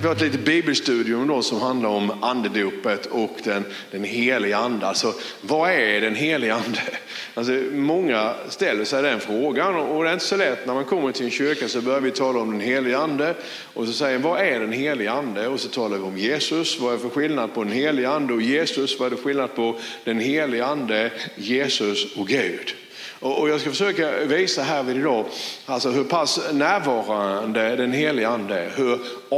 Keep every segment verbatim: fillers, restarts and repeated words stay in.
Vi har ett litet bibelstudium då som handlar om andedopet och den, den heliga ande. Alltså, vad är den heliga ande? Alltså, många ställer sig den frågan och det är inte så lätt. När man kommer till en kyrka så börjar vi tala om den heliga ande och så säger vad är den heliga ande? Och så talar vi om Jesus, vad är för skillnad på den heliga ande och Jesus, vad är det skillnad på den heliga ande, Jesus och Gud? Och jag ska försöka visa här vid idag alltså hur pass närvarande den heliga ande är, hur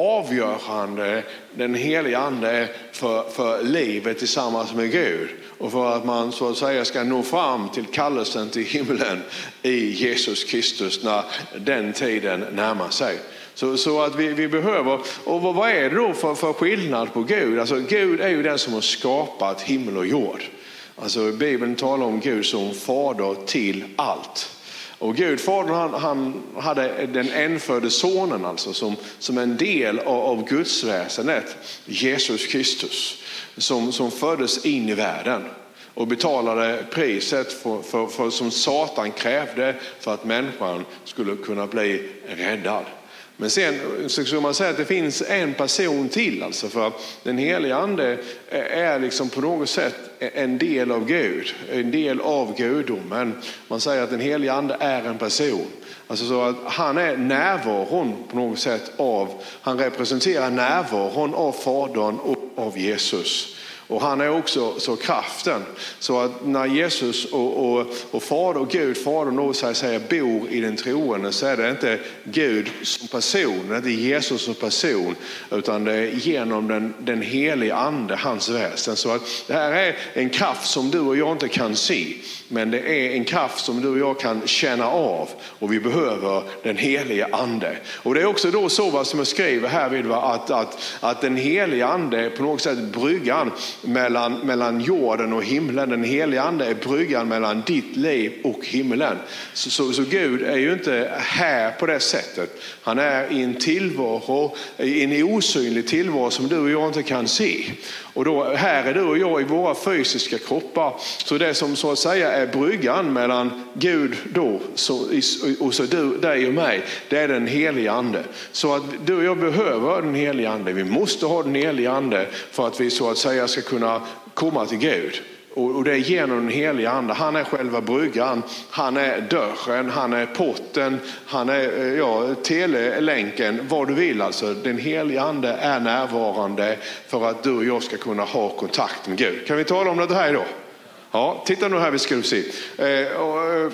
avgörande den heliga ande är för, för livet tillsammans med Gud. Och för att man så att säga ska nå fram till kallelsen till himlen i Jesus Kristus när den tiden närmar sig. Så, så att vi, vi behöver, och vad, vad är det då för, för skillnad på Gud? Alltså Gud är ju den som har skapat himmel och jord. Alltså Bibeln talar om Gud som fader till allt. Och Gud, fadern, han, han hade den enfödde sonen alltså som, som en del av, av Guds väsendet, Jesus Kristus, som, som föddes in i världen och betalade priset för, för, för, som Satan krävde för att människan skulle kunna bli räddad. Men sen så ska man säga att det finns en person till, alltså för den heliga ande är liksom på något sätt en del av Gud, en del av gudomen. Man säger att den heliga ande är en person. Alltså så att han är närvaron på något sätt av, han representerar närvaron av Fadern och av Jesus. Och han är också så kraften. Så att när Jesus och, och, och Fader och Gud, Fadern och sig säger bor i den troende, så är det inte Gud som person, det är inte Jesus som person, utan det är genom den, den heliga ande, hans väsen. Så att det här är en kraft som du och jag inte kan se, men det är en kraft som du och jag kan känna av, och vi behöver den heliga ande. Och det är också då så vad som jag skriver här vid, att, att, att den heliga ande är på något sätt bryggan Mellan, mellan jorden och himlen. Den heliga ande är bryggan mellan ditt liv och himlen. Så, så, så Gud är ju inte här på det sättet. Han är i en tillvaro, i en osynlig tillvaro som du och jag inte kan se. Och då här är du och jag i våra fysiska kroppar. Så det som så att säga är bryggan mellan Gud då så, och så du, dig och mig, det är den heliga ande. Så att du och jag behöver den heliga ande. Vi måste ha den heliga ande för att vi så att säga ska kunna komma till Gud. Och det är genom den heliga ande. Han är själva bryggan, han är dörren, han är porten, han är ja, telelänken, vad du vill. Alltså den heliga ande är närvarande för att du och jag ska kunna ha kontakt med Gud. Kan vi tala om det här idag? Ja, titta nu här, vi ska se. Eh, och,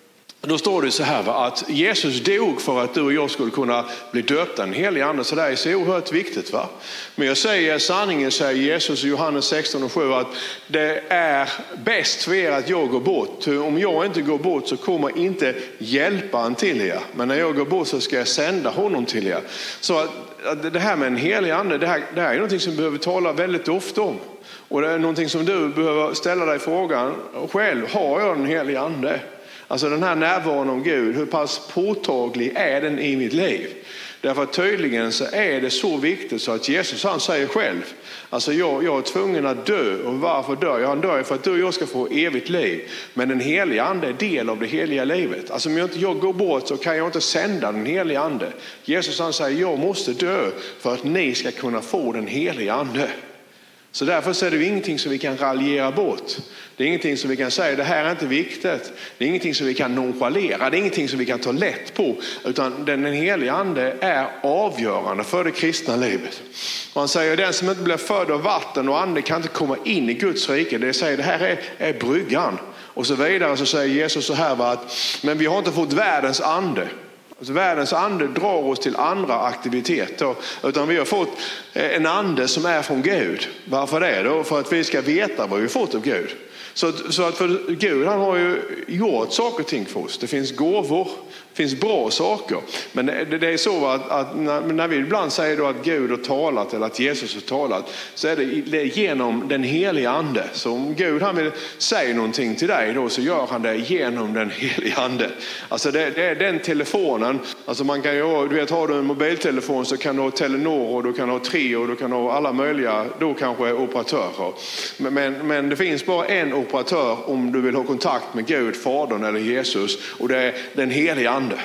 Då står det så här, va, att Jesus dog för att du och jag skulle kunna bli döpta den heliga ande. Så det är så oerhört viktigt, va? Men jag säger sanningen, säger Jesus i Johannes sexton och sju, att det är bäst för er att jag går bort. Om jag inte går bort så kommer inte hjälparen till er. Men när jag går bort så ska jag sända honom till er. Så att det här med en helig ande, det här, det här är någonting som vi behöver tala väldigt ofta om. Och det är någonting som du behöver ställa dig frågan själv. Har jag en helig ande? Alltså den här närvaron av Gud, hur pass påtaglig är den i mitt liv? Därför att tydligen så är det så viktigt så att Jesus, han säger själv, alltså jag, jag är tvungen att dö. Och varför dör jag? Han dör för att du och jag ska få evigt liv. Men den heliga ande är del av det heliga livet. Alltså om jag inte jag går bort så kan jag inte sända den heliga ande. Jesus, han säger, jag måste dö för att ni ska kunna få den heliga ande. Så därför så är det ju ingenting som vi kan raljera bort. Det är ingenting som vi kan säga, det här är inte viktigt. Det är ingenting som vi kan nonchalera. Det är ingenting som vi kan ta lätt på. Utan den heliga ande är avgörande för det kristna livet. Och han säger, den som inte blir född av vatten och ande kan inte komma in i Guds rike. Det säger, det här är, är bryggan. Och så vidare så säger Jesus så här, va, att men vi har inte fått världens ande. Alltså världens ande drar oss till andra aktiviteter, utan vi har fått en ande som är från Gud. Varför det då? För att vi ska veta vad vi fått av Gud. Så, så att för Gud, han har ju gjort saker och ting för oss. Det finns gåvor, det finns bra saker. Men det, det är så att, att när, när vi ibland säger då att Gud har talat eller att Jesus har talat, så är det, det är genom den heliga ande. Så om Gud, han vill säga någonting till dig då, så gör han det genom den heliga ande. Alltså det, det är den telefonen. Alltså man kan ju, du vet, har du en mobiltelefon så kan du ha Telenor och du kan ha Tre och du kan ha alla möjliga, då kanske operatörer. Men, men, men det finns bara en operatör om du vill ha kontakt med Gud, Fadern eller Jesus, och det är den heliga ande.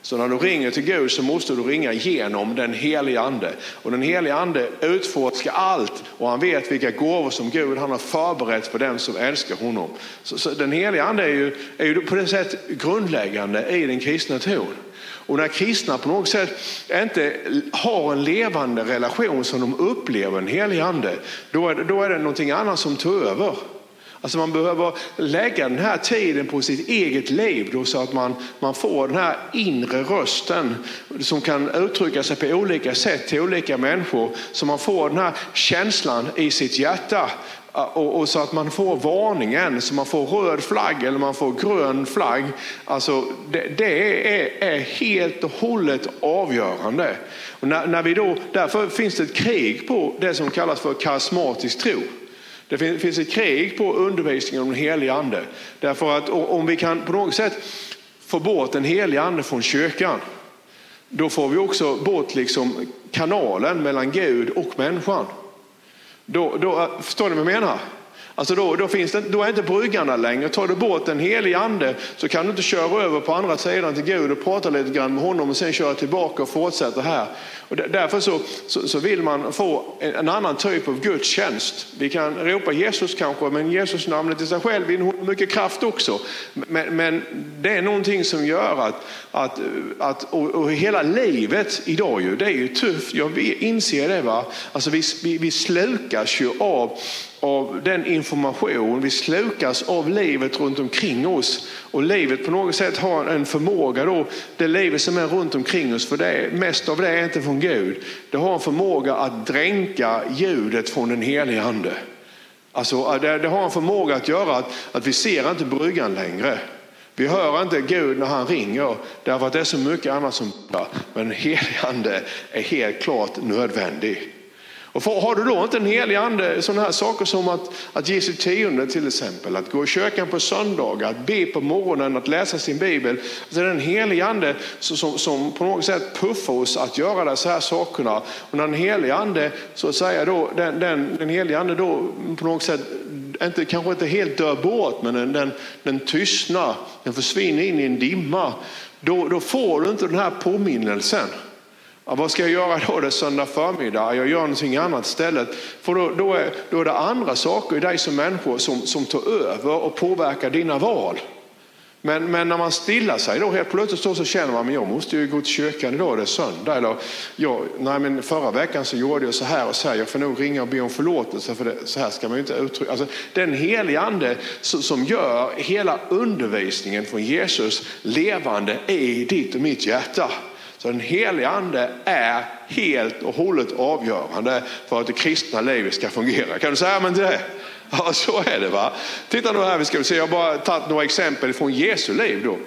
Så när du ringer till Gud så måste du ringa genom den helige ande. Och den helige ande utforskar allt och han vet vilka gåvor som Gud han har förberett för den som älskar honom. Så, så den helige ande är ju, är ju på det sätt grundläggande i den kristna tron. Och när kristna på något sätt inte har en levande relation som de upplever en helig ande, då är det, då är det någonting annat som tar över. Alltså man behöver lägga den här tiden på sitt eget liv då, så att man, man får den här inre rösten som kan uttrycka sig på olika sätt till olika människor. Så man får den här känslan i sitt hjärta. Och, och så att man får varningen, så man får röd flagg eller man får grön flagg. Alltså det, det är, är helt och hållet avgörande. Och när, när vi då, därför finns det ett krig på det som kallas för karismatisk tro. Det finns ett krig på undervisningen om den heliga ande. Därför att om vi kan på något sätt få bort den heliga ande från kyrkan, då får vi också bort liksom kanalen mellan Gud och människan. Då, då, förstår ni vad jag menar? Alltså då, då, finns det, då är inte bryggarna längre. Tar du bort en helig ande så kan du inte köra över på andra sidan till Gud och prata lite grann med honom och sen köra tillbaka och fortsätta här. Och därför så, så, så vill man få en, en annan typ av Guds tjänst. Vi kan ropa Jesus kanske, men Jesus namnet i sig själv innehåller mycket kraft också. Men, men det är någonting som gör att, att, att och, och hela livet idag ju, det är ju tufft. Jag inser det, va. Alltså vi, vi, vi slukas ju av av den information, vi slukas av livet runt omkring oss, och livet på något sätt har en förmåga då, det livet som är runt omkring oss, för det är, mest av det är inte från Gud, det har en förmåga att dränka ljudet från den helige ande. Alltså det, det har en förmåga att göra att, att vi ser inte bryggan längre. Vi hör inte Gud när han ringer, därför att det är så mycket annat som bra. Men den helige ande är helt klart nödvändig. Och för, har du då inte en helig ande, sådana här saker som att, att ge sitt tionde till exempel, att gå i kyrkan på söndagar, att be på morgonen, att läsa sin bibel. Så det är en helig ande som, som, som på något sätt puffar oss att göra dessa här sakerna. Och när en helig ande, så att säga då, den, den, den heliga ande då på något sätt, inte, kanske inte helt dör bort, men den, den, den tystnar, den försvinner in i en dimma. Då, då får du inte den här påminnelsen. Ja, vad ska jag göra då det söndag förmiddag? Jag gör någonting annat istället. För då, då, är, då är det andra saker i dig som människor som, som tar över och påverkar dina val. Men, men när man stillar sig då helt plötsligt så, så känner man, men jag måste ju gå till kyrkan idag, det är söndag. Eller, ja, nej, men förra veckan så gjorde jag så här och så här. Jag får nog ringa och be om förlåtelse, för det, så här ska man ju inte uttrycka. Alltså, den helige ande som, som gör hela undervisningen från Jesus levande i ditt och mitt hjärta. Så den helige ande är helt och hållet avgörande för att det kristna livet ska fungera. Kan du säga men det? Ja, så är det, va? Titta nu här, vi ska se. Jag har bara tagit några exempel från Jesu liv då.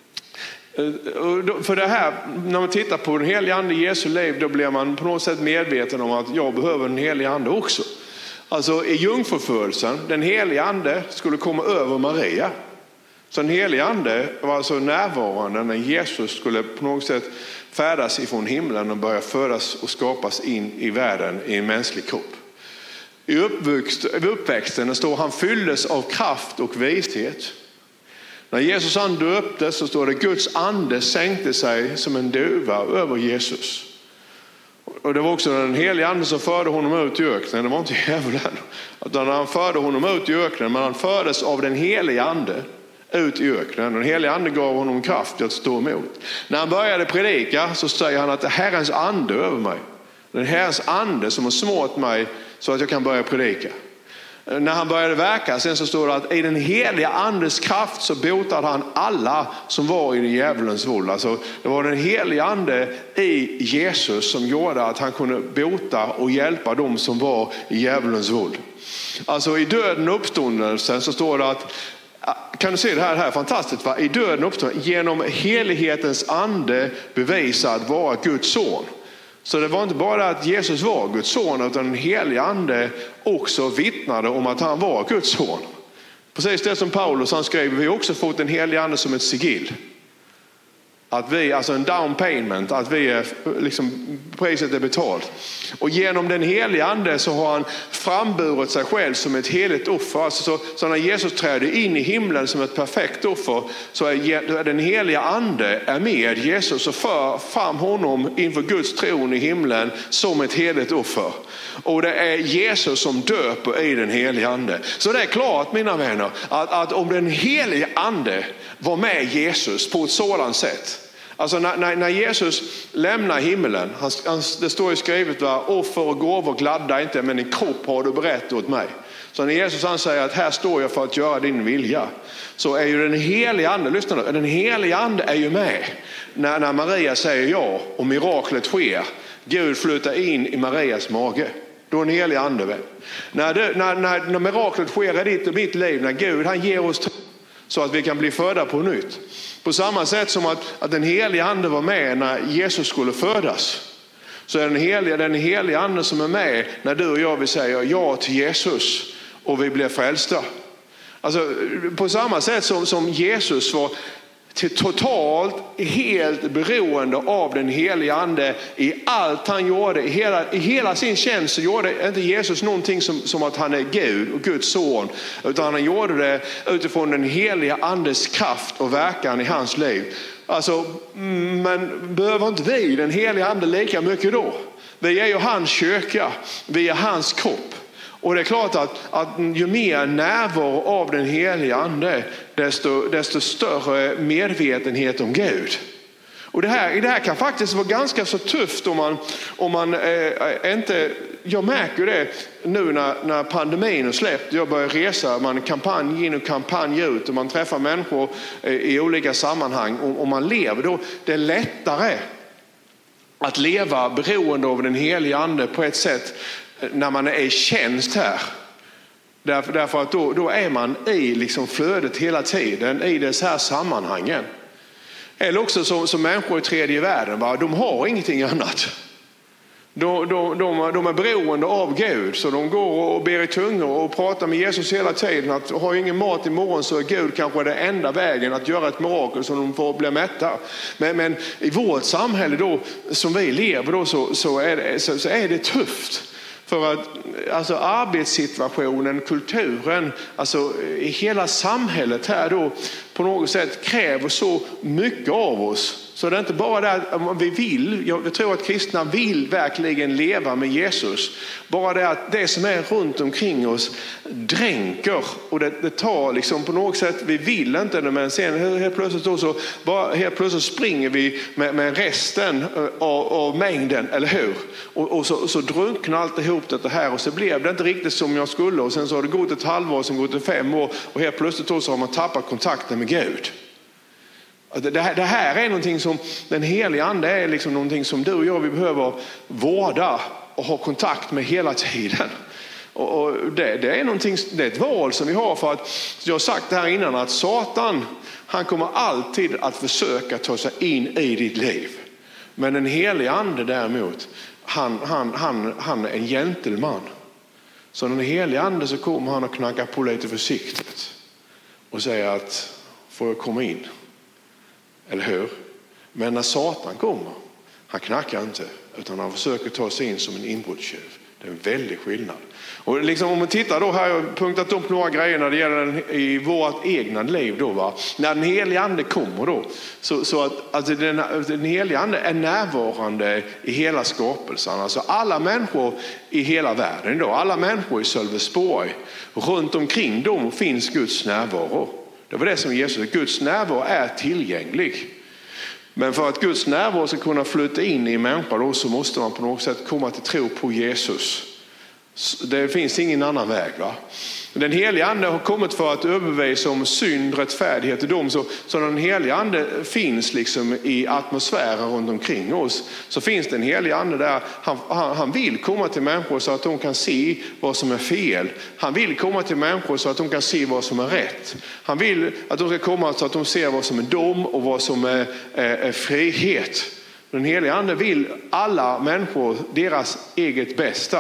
För det här, när man tittar på den helige ande i Jesu liv, då blir man på något sätt medveten om att jag behöver den helige ande också. Alltså i jungfrufödelsen, den helige ande skulle komma över Maria. Så den helige ande var alltså närvarande när Jesus skulle på något sätt färdas ifrån himlen och börja födas och skapas in i världen i en mänsklig kropp. I uppväxt, uppväxten står han fylldes av kraft och vishet. När Jesus han döptes så står det Guds ande sänkte sig som en duva över Jesus. Och det var också den helige ande som förde honom ut i öknen. Det var inte djävulen. Utan han förde honom ut i öknen, men han fördes av den helige ande ut i öknen. Den helige ande gav honom kraft att stå emot. När han började predika så säger han att det är Herrens ande över mig. Den Herrens ande som har smått mig så att jag kan börja predika. När han började verka sen så står det att i den heliga andes kraft så botade han alla som var i den djävulens våld. Alltså det var den heliga ande i Jesus som gjorde att han kunde bota och hjälpa dem som var i djävulens våld. Alltså i döden och uppståndelsen så står det att, kan du se det här, det här är fantastiskt, va? I döden och uppståndelsen genom helighetens ande bevisad vara Guds son. Så det var inte bara att Jesus var Guds son, utan den helige ande också vittnade om att han var Guds son. Precis det som Paulus han skrev, vi har också fått den helige ande som ett sigill. Att vi, alltså en down payment, att vi är, liksom, priset är betalt. Och genom den heliga ande så har han framburit sig själv som ett heligt offer. Alltså så, så när Jesus träder in i himlen som ett perfekt offer, så är den heliga ande är med Jesus och för fram honom inför Guds tron i himlen som ett heligt offer. Och det är Jesus som döper i den heliga ande. Så det är klart, mina vänner, att, att om den heliga ande var med Jesus på ett sådant sätt. Alltså när, när, när Jesus lämnar himlen, han, han, det står ju skrivet, va, offer och gåvor gladda inte, men en kropp har du berett åt mig. Så när Jesus han säger att här står jag för att göra din vilja, så är ju den heliga ande, lyssna nu, den heliga ande är ju med när, när Maria säger ja och miraklet sker. Gud flyttar in i Marias mage. Då är en helig ande med. När, det, när, när, när miraklet sker i ditt och mitt liv, när Gud han ger oss tro så att vi kan bli födda på nytt. På samma sätt som att, att den heliga ande var med när Jesus skulle födas, så är den heliga, den heliga ande som är med när du och jag vill säga ja till Jesus och vi blir frälsta. Alltså, på samma sätt som, som Jesus var till totalt helt beroende av den heliga ande i allt han gjorde, i hela, i hela sin tjänst, så gjorde inte Jesus någonting som, som att han är Gud och Guds son, utan han gjorde det utifrån den heliga andes kraft och verkan i hans liv. Alltså, men behöver inte vi den heliga ande lika mycket då? Vi är ju hans kyrka, vi är hans kropp. Och det är klart att, att ju mer närvaro av den heliga ande, desto, desto större medvetenhet om Gud. Och det här, det här kan faktiskt vara ganska så tufft om man, om man eh, inte, jag märker det nu när, när pandemin har släppt, jag börjar resa, man kampanj in och kampanj ut och man träffar människor eh, i olika sammanhang och, och man lever då, det är lättare att leva beroende av den heliga ande på ett sätt när man är i tjänst här. Därför, därför att då, då är man i liksom flödet hela tiden i det här sammanhangen. Eller också som, som människor i tredje världen, va? De har ingenting annat. De, de, de, de är beroende av Gud, så de går och ber i tungor och pratar med Jesus hela tiden. Att har ingen mat imorgon så är Gud kanske det enda vägen att göra ett mirakel så de får bli mätta. Men, men i vårt samhälle då, som vi lever då, så, så, är det, så, så är det tufft. För att alltså arbetssituationen, kulturen, alltså i hela samhället här då på något sätt kräver så mycket av oss. Så det är inte bara det att vi vill, jag tror att kristna vill verkligen leva med Jesus. Bara det att det som är runt omkring oss dränker och det, det tar liksom på något sätt, vi vill inte det, men sen helt plötsligt då så bara helt plötsligt springer vi med, med resten av, av mängden, eller hur? Och, och så, så drunknar allt ihop det här och så blev det inte riktigt som jag skulle och sen så har det gått ett halvår, sen gått ett fem år och helt plötsligt då så har man tappat kontakten med Gud. Det här, det här är någonting som den heliga ande är liksom någonting som du och jag vi behöver vårda och ha kontakt med hela tiden. Och, och det, det är någonting, det är ett val som vi har, för att jag har sagt det här innan att Satan, han kommer alltid att försöka ta sig in i ditt liv. Men den heliga ande däremot, han, han, han, han är en gentleman. Så när den heliga ande så kommer han att knacka på lite försiktigt och säga att får jag komma in? Eller hur? Men när Satan kommer, han knackar inte, utan han försöker ta sig in som en inbrottstjuv. Det är en väldig skillnad. Och liksom om man tittar då här, jag har punktat upp några grejer när det gäller den, i vårt egna liv då, va? När den heliga ande kommer då, så, så att alltså den, den heliga ande är närvarande i hela skapelsen. Alltså alla människor i hela världen då, alla människor i Sölvesborg, runt omkring dem finns Guds närvaro. Det var det som Jesus, Guds närvaro är tillgänglig. Men för att Guds närvaro ska kunna flytta in i människan då, så måste man på något sätt komma till tro på Jesus. Det finns ingen annan väg, va? Den heliga ande har kommit för att övervisa om synd, rättfärdighet och dom. Så, så den heliga ande finns liksom i atmosfären runt omkring oss. Så finns den heliga ande där. Han, han, han vill komma till människor så att de kan se vad som är fel. Han vill komma till människor så att de kan se vad som är rätt. Han vill att de ska komma så att de ser vad som är dom och vad som är, är, är frihet. Den heliga ande vill alla människor deras eget bästa.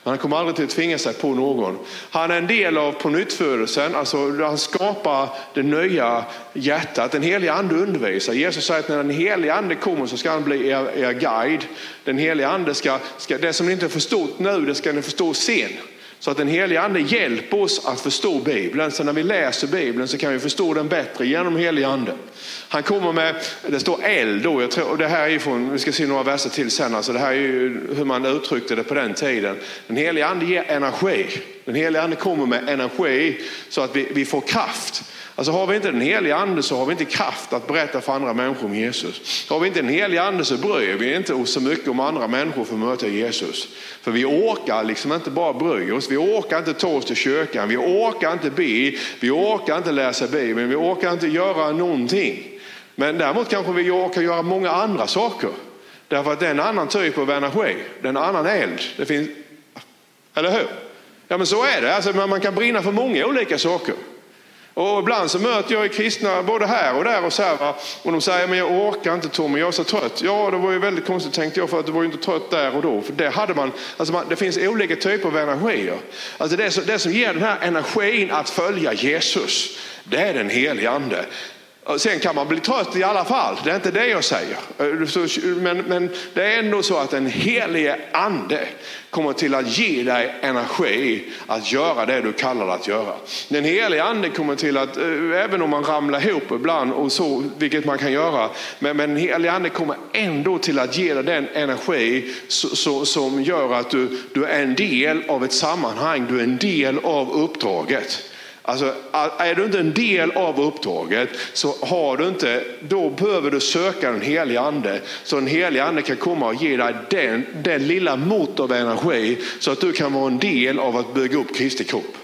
Men han kommer aldrig till att tvinga sig på någon. Han är en del av på nyttfödelsen. Alltså han skapar det nya hjärtat. Den heliga ande undervisar. Jesus säger att när den heliga ande kommer så ska han bli er, er guide. Den heliga ande ska, ska, det som ni inte har förstått nu, det ska ni förstå sen. Så att den heliga ande hjälper oss att förstå Bibeln. Så när vi läser Bibeln så kan vi förstå den bättre genom heliga ande. Han kommer med, det står eld då. Jag tror, och det här är från, vi ska se några verser till sen. Alltså det här är ju hur man uttryckte det på den tiden. Den heliga ande ger energi. Den heliga ande kommer med energi så att vi, vi får kraft. Alltså har vi inte den heliga ande så har vi inte kraft att berätta för andra människor om Jesus. Har vi inte den heliga ande så bryr vi inte så mycket om andra människor för att möta Jesus. För vi orkar liksom inte bara bry oss. Vi orkar inte ta oss till kyrkan. Vi orkar inte be. Vi orkar inte läsa Bibeln. Vi orkar inte göra någonting. Men däremot kanske vi orkar göra många andra saker. Därför att det är en annan typ av energi. Det är en annan eld. Det finns, eller hur? Ja men så är det. Alltså, man kan brinna för många olika saker. Och ibland så möter jag kristna både här och där och så här, va? Och de säger, men jag orkar inte Tom, jag är så trött. Ja, det var ju väldigt konstigt tänkte jag, för att du var ju inte trött där och då. För det hade man, alltså man, det finns olika typer av energier. Alltså det som, det som ger den här energin att följa Jesus, det är den heliga ande. Sen kan man bli trött i alla fall, det är inte det jag säger. Men, men det är ändå så att den helige ande kommer till att ge dig energi att göra det du kallar det att göra. Den helige ande kommer till att, även om man ramlar ihop ibland och så, vilket man kan göra, men, men den helige ande kommer ändå till att ge dig den energi så, så, som gör att du, du är en del av ett sammanhang, du är en del av uppdraget. Alltså är du inte en del av uppdraget så har du inte, då behöver du söka den heliga ande. Så den heliga ande kan komma och ge dig den, den lilla mått av energi så att du kan vara en del av att bygga upp Kristi kropp.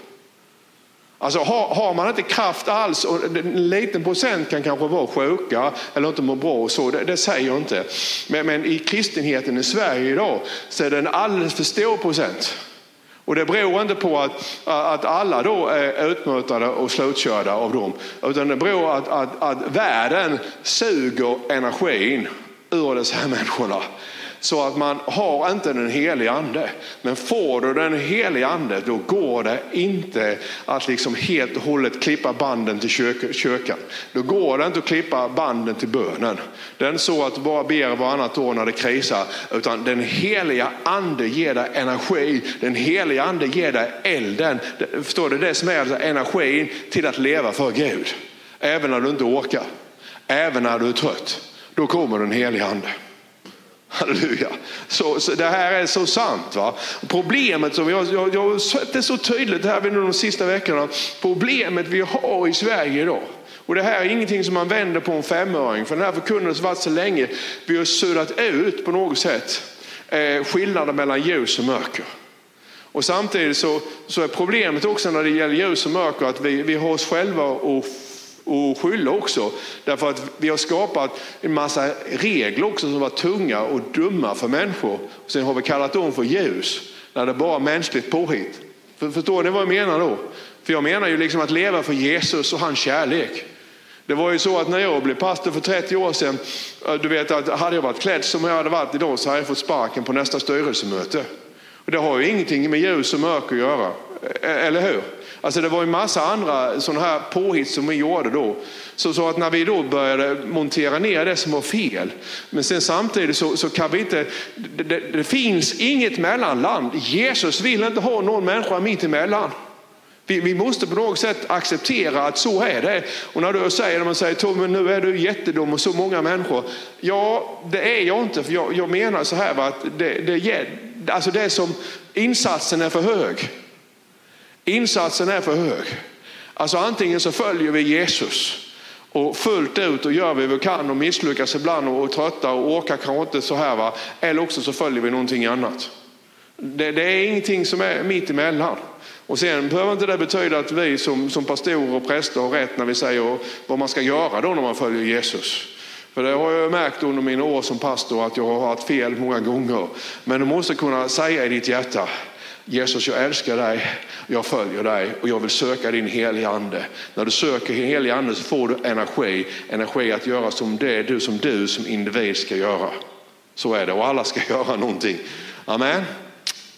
Alltså har, har man inte kraft alls, och en liten procent kan kanske vara sjuka eller inte må bra och så, det, det säger jag inte. Men, men i kristenheten i Sverige idag så är det en alldeles för stor procent. Och det beror inte på att, att alla då är utmötade och slutkörda av dem. Utan det beror på att, att, att världen suger energin ur dessa här människorna. Så att man har inte den heliga ande. Men får du den heliga ande, då går det inte att liksom helt och hållet klippa banden till kök- köken. Då går det inte att klippa banden till bönen. Det är inte så att du bara ber varannat år när det krisar. Utan den heliga ande ger dig energi. Den heliga ande ger dig elden. Förstår du? Det som är energin till att leva för Gud. Även när du inte orkar. Även när du är trött. Då kommer den heliga ande. Halleluja. Så, så det här är så sant, va? Problemet som jag, jag, jag har sett det så tydligt här vid de sista veckorna. Problemet vi har i Sverige idag. Och det här är ingenting som man vänder på en femöring. För den här förkunnelsen har varit så länge. Vi har suddat ut på något sätt eh, skillnaden mellan ljus och mörker. Och samtidigt så, så är problemet också när det gäller ljus och mörker att vi, vi har oss själva och och skylla också. Därför att vi har skapat en massa regler också som var tunga och dumma för människor. Och sen har vi kallat dem för ljus. När det bara är mänskligt påhitt. För, förstår ni vad jag menar då? För jag menar ju liksom att leva för Jesus och hans kärlek. Det var ju så att när jag blev pastor för trettio år sedan. Du vet att hade jag varit klädd som jag hade varit idag så hade jag fått sparken på nästa styrelsemöte. Och det har ju ingenting med ljus och mörker att göra. Eller hur? Alltså det var en massa andra sådana här påhitt som vi gjorde då. Så, så att när vi då började montera ner det som var fel. Men sen samtidigt så, så kan vi inte, det, det, det finns inget mellanland. Jesus vill inte ha någon människa mitt emellan. Vi, vi måste på något sätt acceptera att så är det. Och när du säger, när man säger Tom, men nu är du jättedum och så många människor. Ja, det är jag inte. För jag, jag menar så här, va, att det, det, alltså det är som insatsen är för hög. Insatsen är för hög. Alltså antingen så följer vi Jesus och fullt ut och gör vi vad vi kan och misslyckas ibland och, och trötta och orkar kanske inte så här, va. Eller också så följer vi någonting annat. Det, det är ingenting som är mitt emellan. Och sen behöver inte det betyda att vi som, som pastorer och präster har rätt när vi säger vad man ska göra då när man följer Jesus. För det har jag märkt under mina år som pastor att jag har haft fel många gånger. Men du måste kunna säga i ditt hjärta: Jesus, jag älskar dig, jag följer dig och jag vill söka din heliga ande. När du söker din heliga ande så får du energi, energi att göra som det du som du som individ ska göra. Så är det, och alla ska göra någonting. Amen.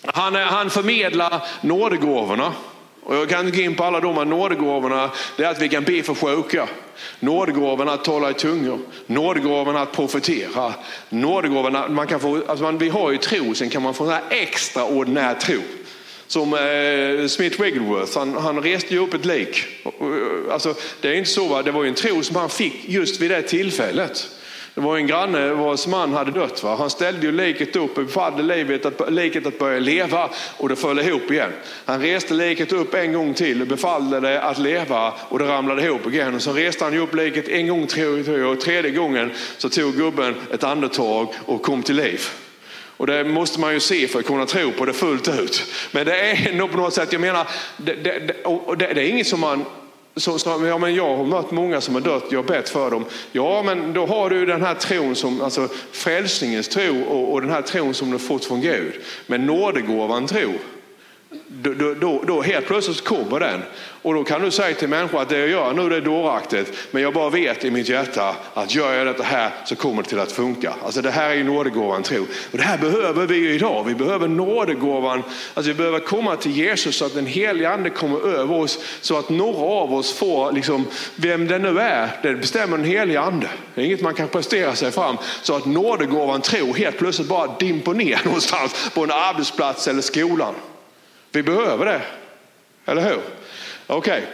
Han, han förmedlar nådegåvorna. Och jag kan inte gå in på alla de här nådegåvorna. Det är att vi kan be för sjuka. Nådegåvorna att tala i tungor. Nådegåvorna att profetera. Nådegåvorna, man kan få, alltså man, vi har ju tro, sen kan man få en här extraordinär tro. Som eh, Smith Wigglesworth, han, han reste ju upp ett lik. Alltså, det är inte så, va? Det var ju en tro som han fick just vid det tillfället. Det var en granne vars man hade dött. Va? Han ställde ju liket upp och befallde liket att, liket att börja leva, och det föll ihop igen. Han reste liket upp en gång till och befallde det att leva, och det ramlade ihop igen. Och så reste han ju upp liket en gång till, och tredje gången så tog gubben ett andetag och kom till liv. Och det måste man ju se för att kunna tro på det fullt ut. Men det är nog på något sätt, jag menar, det, det, och det, det är inget som man... Så, så, ja, men jag har mött många som har dött, jag har bett för dem. Ja, men då har du den här tron som, alltså frälsningens tro och, och den här tron som du fått från Gud. Men nådegåvan tro, då, då, då, då helt plötsligt kommer den. Och då kan du säga till människor att det jag gör nu det är dåraktigt, men jag bara vet i mitt hjärta att gör jag det här så kommer det till att funka. Alltså det här är ju nådegåvan tro. Och det här behöver vi ju idag. Vi behöver nådegåvan. Alltså vi behöver komma till Jesus så att den heliga ande kommer över oss, så att några av oss får, liksom, vem det nu är, det bestämmer den heliga ande. Det är inget man kan prestera sig fram. Så att nådegåvan tro helt plötsligt bara dimper ner någonstans på en arbetsplats eller skolan. Vi behöver det. Eller hur? Okej. Okay.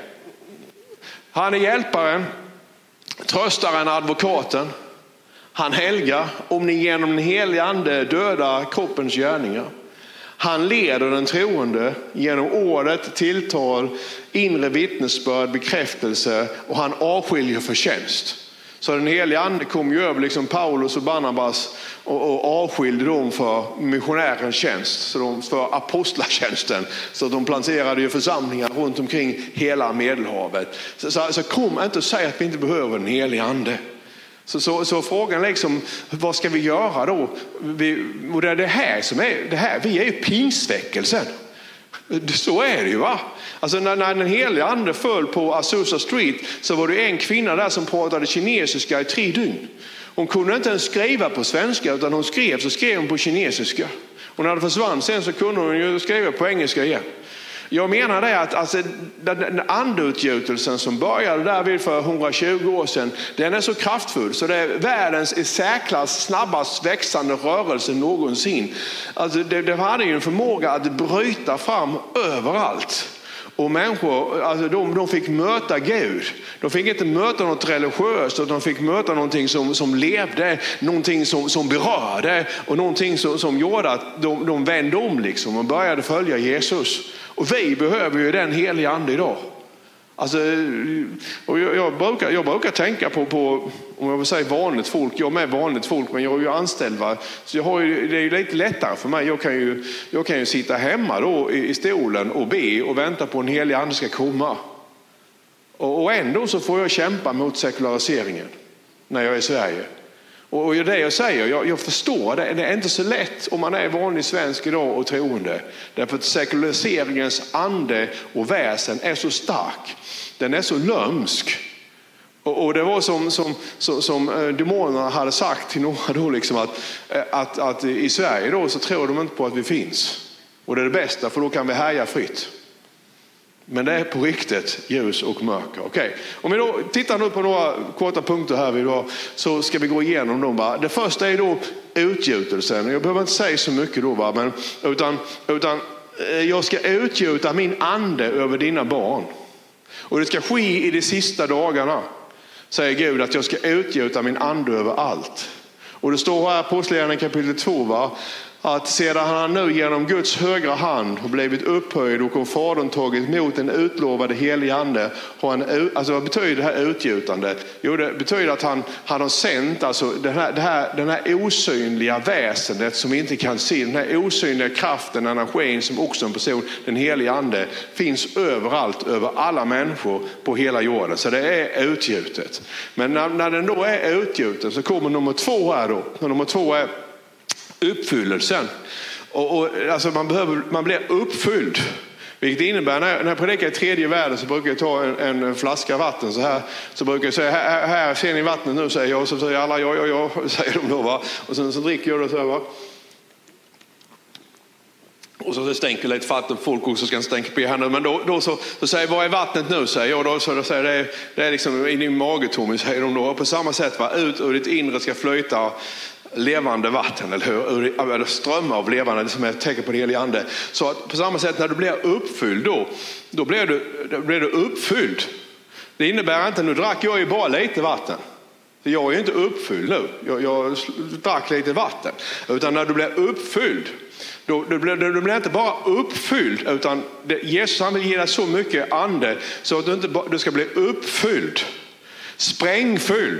Han är hjälparen, tröstaren, advokaten. Han helgar om ni genom den heliga ande dödar kroppens gärningar. Han leder den troende genom ordet, tilltal, inre vittnesbörd, bekräftelse, och han avskiljer förtjänst. Så den heliga ande kom ju över liksom Paulus och Barnabas och, och avskilde dem för missionärens tjänst, så de för apostlatjänsten. Så de planterade ju församlingar runt omkring hela Medelhavet. Så, så, så kom inte och säg att vi inte behöver den heliga ande. Så, så, så frågan är liksom, vad ska vi göra då? Vi, och det är det här som är, det här, vi är ju pingsväckelsen. Så är det ju, va? Alltså när, när den heliga ande föll på Azusa Street så var det en kvinna där som pratade kinesiska i tre dygn. Hon kunde inte ens skriva på svenska, utan hon skrev så skrev hon på kinesiska. Och när det försvann sen så kunde hon ju skriva på engelska igen. Jag menar det att alltså, den andutgjutelsen som började där vid för hundratjugo år sedan, den är så kraftfull så det är världens i särklass snabbast växande rörelse någonsin. Alltså, det, det hade ju en förmåga att bryta fram överallt. Och människor, alltså de, de fick möta Gud. De fick inte möta något religiöst, utan de fick möta någonting som, som levde, någonting som, som berörde och någonting som, som gjorde att de, de vände om liksom och började följa Jesus. Och vi behöver ju den heliga ande idag. Alltså, och jag, jag, brukar, jag brukar tänka på, på, om jag vill säga vanligt folk, jag är vanligt folk men jag är ju anställd, va? Så jag har ju, det är ju lite lättare för mig. Jag kan ju, jag kan ju sitta hemma då i, i stolen och be och vänta på en helig ande ska komma. Och, och ändå så får jag kämpa mot sekulariseringen när jag är i Sverige. Och det är det jag säger, jag, jag förstår det. Det är inte så lätt om man är vanlig svensk idag och troende. Därför att sekulariseringens ande och väsen är så stark. Den är så lömsk. Och, och det var som, som, som, som demonerna hade sagt till några då liksom att, att, att i Sverige då så tror de inte på att vi finns. Och det är det bästa, för då kan vi härja fritt. Men det är på riktigt ljus och mörker. Okej. Om vi då tittar nu på några korta punkter här idag, så ska vi gå igenom dem. Va? Det första är då utgjutelsen. Jag behöver inte säga så mycket då, va? Men, utan, utan jag ska utgjuta min ande över dina barn. Och det ska ske i de sista dagarna, säger Gud, att jag ska utgjuta min ande över allt. Och det står här på Apostlagärningarna kapitel två, va? Att sedan han nu genom Guds högra hand har blivit upphöjd och om Fadern tagit emot den utlovade heliga ande, har han, alltså vad betyder det här utgjutande? Jo, det betyder att han, han har sänt alltså den här, det här, den här osynliga väsendet som vi inte kan se, den här osynliga kraften, energin som också en person, den heliga ande, finns överallt, över alla människor på hela jorden. Så det är utgjutet. Men när, när den då är utgjuten så kommer nummer två här då. Och nummer två är uppfyllelsen. Och, och, alltså man, behöver, man blir uppfylld. Vilket innebär, när, när jag predikar i tredje världen så brukar jag ta en, en flaska vatten så här. Så brukar jag säga, här, här ser ni vattnet nu, säger jag. Och så säger alla, ja, ja, ja, säger de då, va. Och sen så dricker jag det så här, va. Och så stänker lite vatten, folk också ska stänka på här nu. Men då, då så, så säger vad är vattnet nu? Säger jag då, så då säger det, är, det är liksom i din mage, Tommy, säger de då. Och på samma sätt, va, ut ur ditt inre ska flyta levande vatten, eller hur? Eller strömmar av levande, det som är ett tecken på det heliga ande. Så att på samma sätt när du blir uppfylld då, då blir du, då blir du uppfylld. Det innebär inte, nu drack jag ju bara lite vatten. För jag är ju inte uppfylld nu. Jag, jag drack lite vatten. Utan när du blir uppfylld, Då, du, blir, du blir inte bara uppfylld, utan det, Jesus han vill ge dig så mycket ande så att du, inte, du ska bli uppfylld, sprängfylld.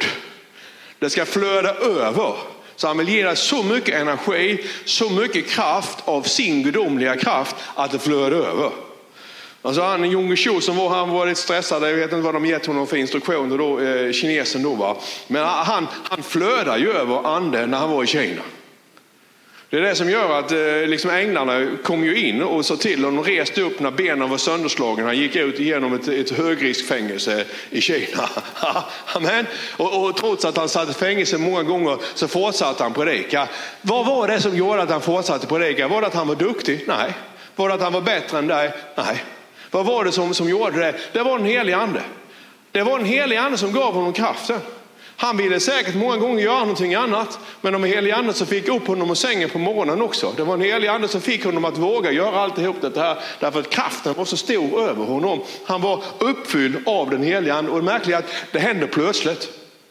Det ska flöda över. Så han vill ge dig så mycket energi, så mycket kraft av sin gudomliga kraft att det flödar över. Alltså han Jung Cho som var, han var lite stressad, jag vet inte vad de gett honom för instruktioner då, eh, kinesen då va. Men han, han flödar ju över anden när han var i Kina. Det är det som gör att eh, liksom änglarna kom ju in och så till och de reste upp när benen var sönderslagna. Han gick ut genom ett, ett högriskfängelse i Kina. Amen. Och, och trots att han satt i fängelse många gånger så fortsatte han predika. Vad var det som gjorde att han fortsatte predika? Var det att han var duktig? Nej. Var det att han var bättre än dig? Nej. Vad var det som, som gjorde det? Det var en helig ande. Det var en helig ande som gav honom kraften. Han ville säkert många gånger göra någonting annat. Men om en helig ande så fick upp honom och sängen på morgonen också. Det var en helig ande som fick honom att våga göra alltihop det här. Därför att kraften var så stor över honom. Han var uppfylld av den heliga ande. Och det märkliga är att det hände plötsligt.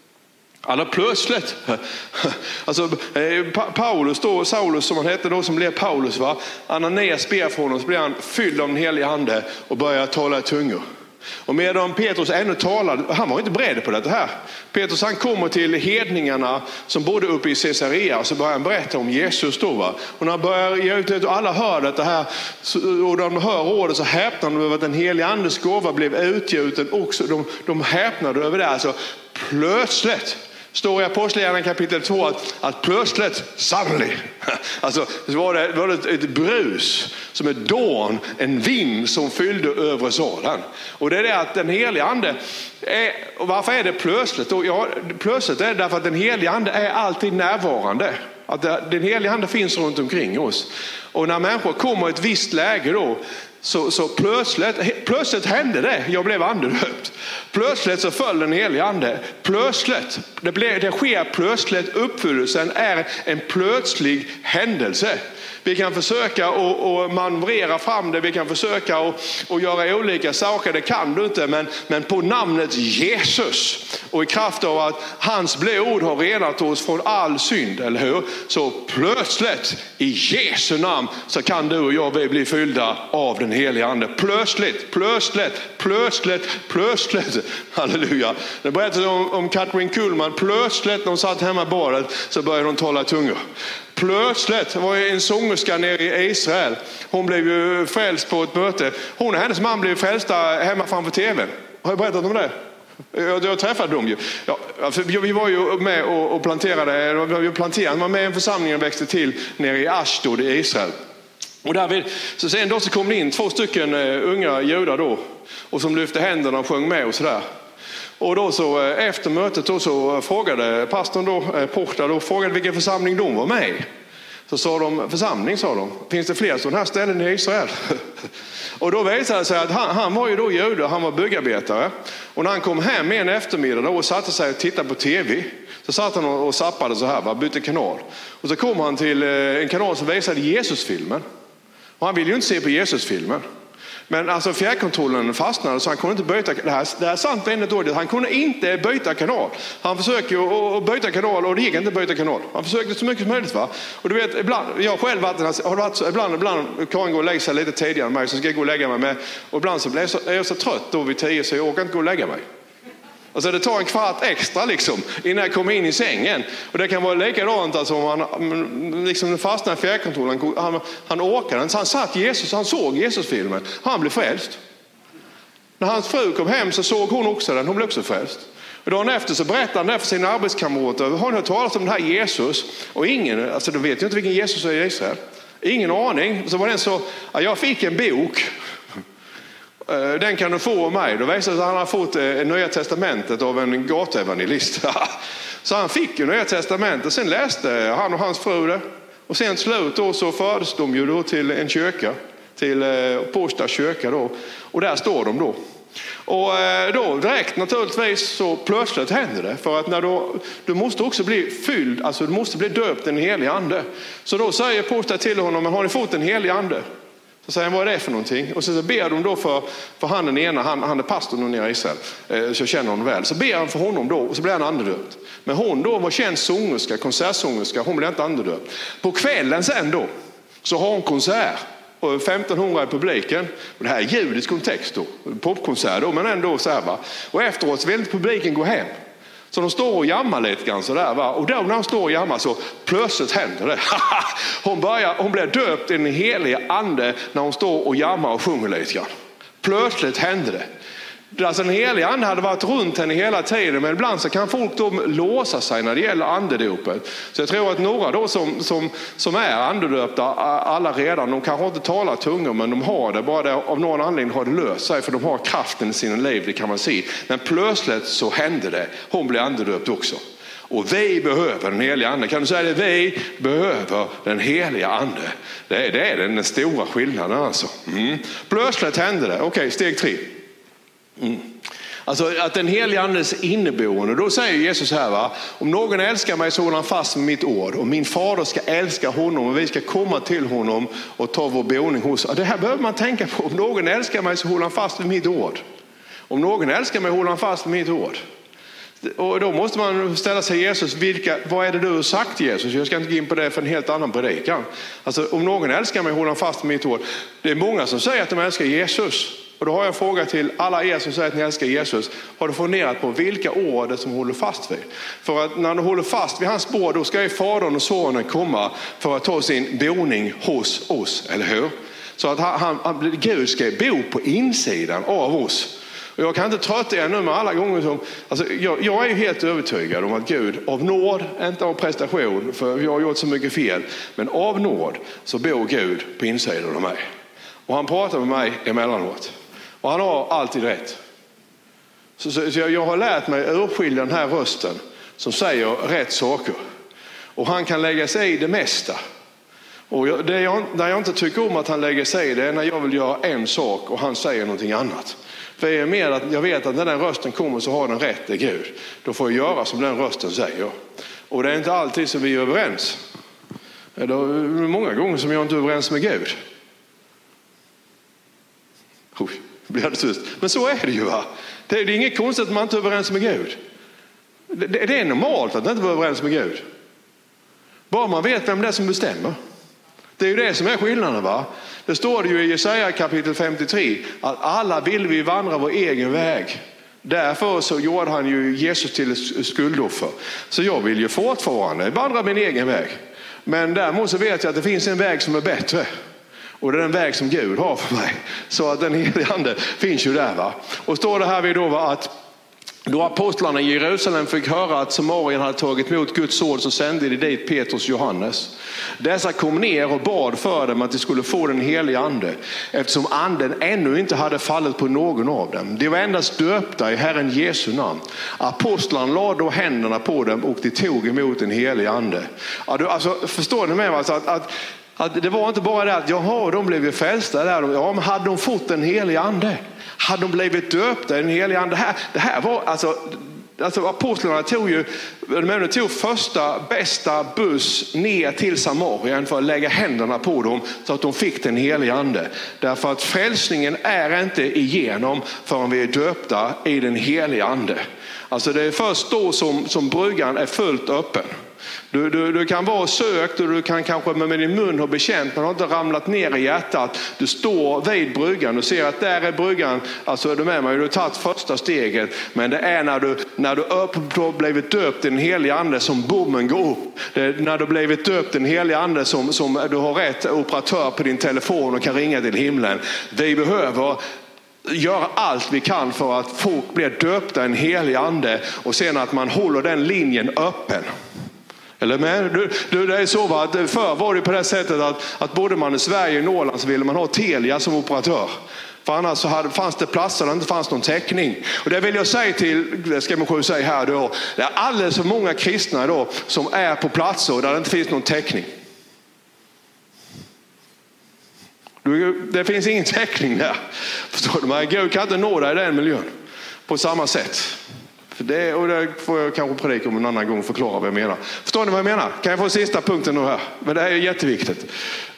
Alla plötsligt. Alltså Paulus då, Saulus som han hette då, som blev Paulus va. Ananias ber för honom så blir han fylld av den heliga ande och börjar tala i tungor. Och medan Petrus ännu talade, han var inte beredd på det här. Petrus han kommer till hedningarna som bodde uppe i Caesarea och så börjar han berätta om Jesus då va. Och när han börjar ge ut och alla hör det här och de hör ordet så häpnar de över att den heliga andes gåva blev utgjuten också. De, de häpnade över det alltså plötsligt. Står i Apostlagärningarna kapitel två att, att plötsligt, suddenly, alltså så var det, var det ett, ett brus som ett dån, en vind som fyllde övre salen. Och det är det att den heliga ande, är, och varför är det plötsligt? Och ja, plötsligt är det därför att den heliga ande är alltid närvarande. Att den heliga ande finns runt omkring oss. Och när människor kommer i ett visst läge då, Så, så plötsligt, plötsligt hände det. Jag blev andedöpt. Plötsligt så föll den heliga ande. Plötsligt. Det, blev, det sker plötsligt. Uppfyllelsen är en plötslig händelse. Vi kan försöka och, och manövrera fram det. Vi kan försöka och, och göra olika saker. Det kan du inte. Men, men på namnet Jesus. Och i kraft av att hans blod har renat oss från all synd. Eller hur? Så plötsligt i Jesu namn så kan du och jag bli fyllda av den heliga ande. Plötsligt, plötsligt, plötsligt, plötsligt. Halleluja. Det berättade om, om Katrin Kuhlman. Plötsligt när hon satt hemma i badet så började hon tala tungor. Plötsligt, det var en sångerska nere i Israel. Hon blev ju frälst på ett möte. Hon och hennes man blev frälsta hemma framför tvn. Har jag berättat om det? Jag, jag träffade dem ju. Ja, alltså, vi var ju med och, och planterade. Vi planterade, var med i en församling och växte till nere i Ashdod i Israel. Och där så sen då så kom det in två stycken uh, unga judar då. Och som lyfte händerna och sjöng med och sådär. Och då så efter mötet då så frågade pastorn då, Porta då, frågade vilken församling de var med i. Så sa de, församling sa de, finns det fler sådana här ställen i Israel? Och då visade det sig att han, han var ju då jude, han var byggarbetare. Och när han kom hem en eftermiddag då och satte sig och tittade på tv, så satt han och, och zappade så här, va, bytte kanal. Och så kom han till en kanal som visade Jesusfilmen. Och han ville ju inte se på Jesusfilmen. Men alltså fjärrkontrollen fastnade så han kunde inte byta. Det här, det här är sant väldigt dåligt. Han kunde inte byta kanal. Han försökte att byta kanal och det gick inte byta kanal. Han försökte så mycket som möjligt va. Och du vet, ibland, jag själv har varit så, ibland, ibland kan gå och lägga sig lite tidigare än mig så ska jag gå och lägga mig med. Och ibland så blir jag så, är jag så trött då vid tio så jag orkar inte gå och lägga mig. Alltså det tar en kvart extra liksom innan jag kommer in i sängen. Och det kan vara likadant alltså om han liksom fastnar i fjärrkontrollen. Han, han åkade inte. Så han satt Jesus, han såg Jesusfilmen. Han blev frälst. När hans fru kom hem så såg hon också den. Hon blev också frälst. Och dagen efter så berättade han det för sina arbetskamrater. Har ni hört talas om den här Jesus? Och ingen, alltså de vet ju inte vilken Jesus är i Israel. Ingen aning. Så var den så, ja, jag fick en bok. Den kan du få av mig. Då visade det sig att han har fått Nya testamentet av en gatuevangelist. Så han fick ju Nya testamentet. Sen läste han och hans fru det. Och sen slut då så fördes de ju då till en kyrka, till eh, Porsta kyrka då. Och där står de då. Och eh, då direkt naturligtvis så plötsligt händer det. För att när då, du måste också bli fylld, alltså du måste bli döpt en helig ande. Så då säger Porsta till honom, men har ni fått en helig ande? Så säger han, vad är det för någonting? Och så ber de då för, för han den ena, han, han är pastorn nere i Israel, eh, så jag känner honom väl. Så ber han för honom då och så blir han andedöpt. Men hon då var känd sångerska, konsertsångerska, hon blev inte andedöpt. På kvällen sen då så har hon konsert. Och femtonhundra i publiken. Och det här är judisk kontext då. Popkonsert då, men ändå så här va. Och efteråt så vill inte publiken gå hem. Så de står och jammar lite grann sådär va. Och då när de står och jammar så plötsligt händer det. hon, börjar, hon blir döpt i en helig ande när hon står och jammar och sjunger lite grann. Plötsligt händer det. Alltså den heliga ande hade varit runt henne hela tiden, men ibland så kan folk då låsa sig när det gäller andedopet. Så jag tror att några då som, som, som är andedöpta alla redan, de kanske inte talar tungor, men de har det, bara det, av någon anledning har det löst sig, för de har kraften i sina liv, det kan man se. Men plötsligt så hände det, hon blev andedöpt också. Och vi behöver den heliga ande. Kan du säga det? Vi behöver den heliga ande. Det är, det är den stora skillnaden alltså. Mm. Plötsligt hände det. Okej, okay, steg tre. Mm. Alltså att den heliga andes inneboende, då säger Jesus här va, om någon älskar mig så håller han fast med mitt ord, och min fader ska älska honom och vi ska komma till honom och ta vår boning hos. Det här behöver man tänka på. Om någon älskar mig så håller han fast med mitt ord. Om någon älskar mig håller han fast med mitt ord. Och då måste man ställa sig Jesus, vilka, vad är det du har sagt Jesus? Jag ska inte gå in på det för en helt annan predikan. Alltså om någon älskar mig håller han fast med mitt ord. Det är många som säger att de älskar Jesus. Och då har jag en fråga till alla er som säger att ni älskar Jesus. Har du funderat på vilka ord det som håller fast vid? För att när du håller fast vid hans bord, då ska ju fadern och sonen komma för att ta sin boning hos oss, eller hur? Så att han, han, Gud ska bo på insidan av oss. Och jag kan inte trötta er nu med alla gånger som, alltså jag, jag är ju helt övertygad om att Gud av nåd, inte av prestation, för jag har gjort så mycket fel, men av nåd så bor Gud på insidan av mig. Och han pratar med mig emellanåt. Och han har alltid rätt. Så, så, så jag, jag har lärt mig urskilja den här rösten som säger rätt saker. Och han kan lägga sig i det mesta. Och jag, det jag, där jag inte tycker om att han lägger sig i det är när jag vill göra en sak och han säger någonting annat. För jag är med att jag vet att när den rösten kommer så har den rätt i Gud. Då får jag göra som den rösten säger. Och det är inte alltid som vi är överens. Det är många gånger som jag inte är överens med Gud. Oj, blir det tyst. Men så är det ju va. Det är, det är inget konstigt att man inte är överens med Gud. Det, det, det är normalt att man inte är överens med Gud. Bara man vet vem det är som bestämmer. Det är ju det som är skillnaden va. Det står det ju i Jesaja kapitel femtiotre att alla vill vi vandra vår egen väg. Därför så gjorde han ju Jesus till ett skuldoffer. Så jag vill ju fortfarande vandra min egen väg. Men däremot så vet jag att det finns en väg som är bättre. Och det är den väg som Gud har för mig. Så att den helige ande finns ju där va. Och står det här vid då va, att då apostlarna i Jerusalem fick höra att Samarien hade tagit emot Guds ord, så sände de dit Petrus och Johannes. Dessa kom ner och bad för dem att de skulle få den helige ande, eftersom anden ännu inte hade fallit på någon av dem. De var endast döpta i Herren Jesu namn. Apostlarna lade då händerna på dem och de tog emot den helige ande. Alltså, förstår ni med mig? Alltså att, att Att det var inte bara det att jaha, de blev ju frälsta där. Ja, men hade de fått en helig ande? Hade de blivit döpta i en helig ande? Det här, det här var alltså, alltså apostlarna tog ju de tog första bästa buss ner till Samarien för att lägga händerna på dem så att de fick den heliga ande. Därför att frälsningen är inte igenom förrän vi är döpta i den heliga ande. Alltså det är först då som, som bryggan är fullt öppen. Du, du, du kan vara sökt och du kan kanske med din mun ha bekänt, men har inte ramlat ner i hjärtat. Du står vid bryggan och ser att där är bryggan. Alltså är du med mig, du har tagit första steget. Men det är när du, när du har blivit döpt i den heliga ande som bommen går upp. Det är när du blivit döpt i den heliga ande som, som du har rätt operatör på din telefon och kan ringa till himlen. Vi behöver göra allt vi kan för att folk blir döpta i en helig ande, och sen att man håller den linjen öppen. Eller med? Du, du, det är så va, att förr var det på det sättet att, att både man i Sverige och Norrland så ville man ha Telia som operatör. För annars så hade, fanns det platser där det inte fanns någon täckning. Och det vill jag säga till, det ska man säga här då, det är alldeles för många kristna då som är på platser där det inte finns någon täckning. Det finns ingen täckning där. Förstår du? Men Gud kan inte nå dig i den miljön på samma sätt. För det, och det får jag kanske predika om en annan gång, förklara vad jag menar. Förstår ni vad jag menar? Kan jag få sista punkten nu här? Men det här är jätteviktigt.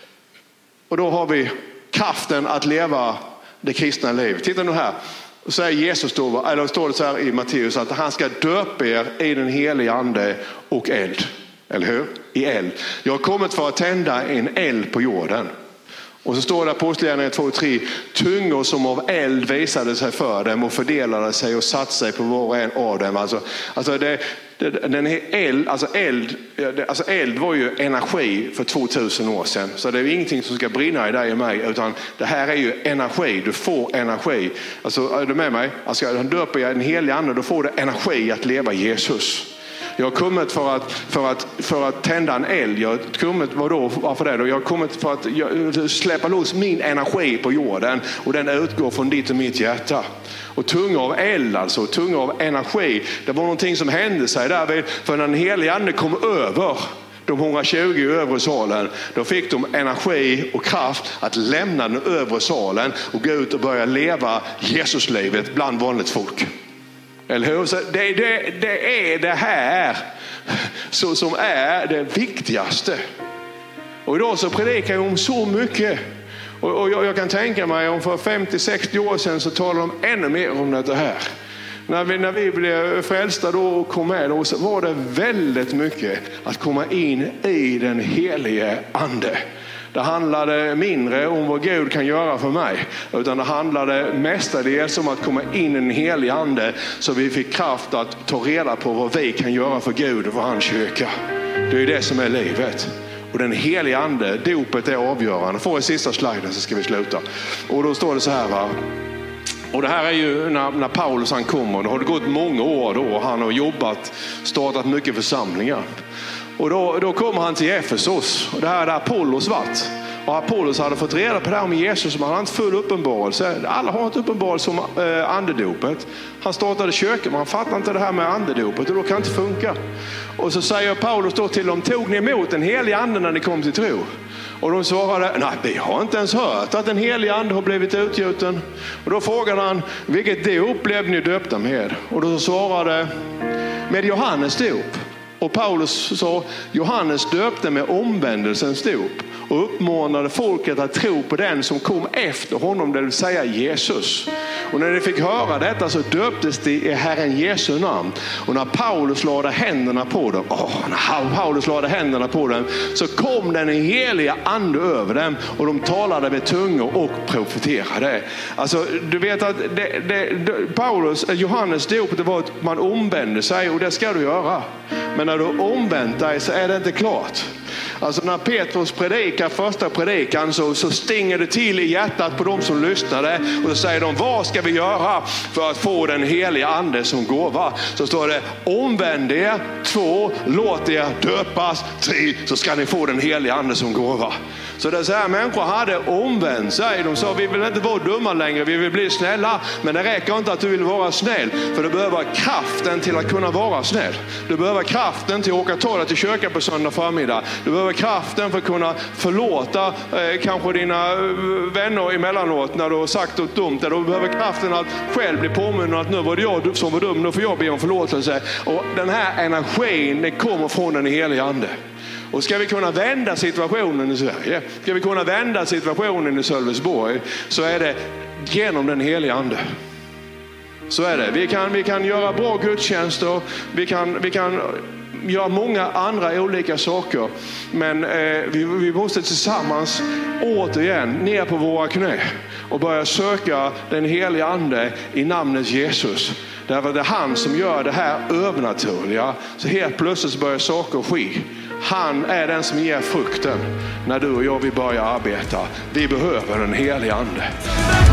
Och då har vi kraften att leva det kristna livet. Titta nu här. Och så är Jesus då, eller står det så här i Matteus, att han ska döpa er i den heliga ande och eld. Eller hur? I eld. Jag har kommit för att tända en eld på jorden. Och så står det på Apostlagärningarna två och tre. Tungor som av eld visade sig för dem och fördelade sig och satte sig på var och en av dem. Alltså, alltså, det, det, den eld, alltså, eld, alltså eld var ju energi för tvåtusen år sedan. Så det är ingenting som ska brinna i dig och mig. Utan det här är ju energi. Du får energi. Alltså, är du med mig? Alltså, han döper jag den heliga ande, då får du energi att leva Jesus. Jag har kommit för att, för att, för att tända en eld. Jag har kommit, vadå, varför det då? Jag har kommit för att jag, släppa loss min energi på jorden. Och den utgår från ditt och mitt hjärta. Och tunga av eld, alltså tunga av energi. Det var någonting som hände sig där. För när den heliga ande kom över de hundratjugo i övre salen, då fick de energi och kraft att lämna den övre salen och gå ut och börja leva Jesuslivet bland vanligt folk. Eller hur? Så det, det, det är det här så som är det viktigaste. Och idag så predikar jag om så mycket. Och, och jag, jag kan tänka mig om för femtio sextio år sedan så talar de ännu mer om det här. När vi, när vi blev frälsta då och kom med då, så var det väldigt mycket att komma in i den helige ande. Det handlade mindre om vad Gud kan göra för mig, utan det handlade mestadels om att komma in i en helig ande så vi fick kraft att ta reda på vad vi kan göra för Gud och för hans kyrka. Det är det som är livet. Och den heliga ande, dopet är avgörande. Får i sista sliden så ska vi sluta. Och då står det så här, va? Och det här är ju när, när Paulus han kommer. Det har det gått många år då. Han har jobbat, startat mycket församlingar. Och då, då kommer han till Efesos. Och det här är där Apollos varit. Och Apollos hade fått reda på det här om Jesus, som han hade inte full uppenbarelse. Alla har inte uppenbarelse om eh, andedopet. Han startade kyrkan, men han fattar inte det här med andedopet. Och då kan inte funka. Och så säger Paulus då till dem: tog ni emot den heliga anden när ni kom till tro? Och de svarade: nej, vi har inte ens hört att den heliga ande har blivit utgjuten. Och då frågade han: vilket dop blev ni döpta med? Och då svarade: med Johannes dop. Och Paulus sa: Johannes döpte med omvändelsens dop och uppmanade folket att tro på den som kom efter honom, det vill säga Jesus. Och när de fick höra detta så döptes de i Herren Jesu namn. Och när Paulus lade händerna på dem, åh, när Paulus lade händerna på dem, så kom den heliga ande över dem och de talade med tungor och profeterade. Alltså, du vet att det, det, Paulus, Johannes dop, det var att man omvände sig, och det ska du göra. Men när du omvänt dig så är det inte klart. Alltså när Petrus predikar första predikan så, så stinger det till i hjärtat på de som lyssnade. Och så säger de: vad ska vi göra för att få den heliga ande som gåva? Så står det: omvänd er. Två, låt er döpas. Tre, så ska ni få den heliga ande som gåva. Så det är så här, människor hade omvänt sig. De sa: vi vill inte vara dumma längre, vi vill bli snälla. Men det räcker inte att du vill vara snäll, för du behöver kraften till att kunna vara snäll. Du behöver kraften till att åka ta dig till kyrkan på söndag förmiddag. Du behöver kraften för att kunna förlåta eh, kanske dina vänner emellanåt när du har sagt något dumt. Eller du behöver kraften att själv bli påminnen att nu var det jag som var dum, nu får jag be om förlåtelse. Och den här energin, det kommer från den heliga ande. Och ska vi kunna vända situationen i Sverige, ska vi kunna vända situationen i Sölvesborg, så är det genom den heliga ande. Så är det. Vi kan, vi kan göra bra gudstjänster, vi kan, vi kan göra många andra olika saker. Men eh, vi, vi måste tillsammans återigen ner på våra knä och börja söka den heliga ande i namnet Jesus. Därför det är han som gör det här övernaturliga. Så helt plötsligt börjar saker ske. Han är den som ger frukten när du och jag vill börja arbeta. Vi behöver den heliga ande.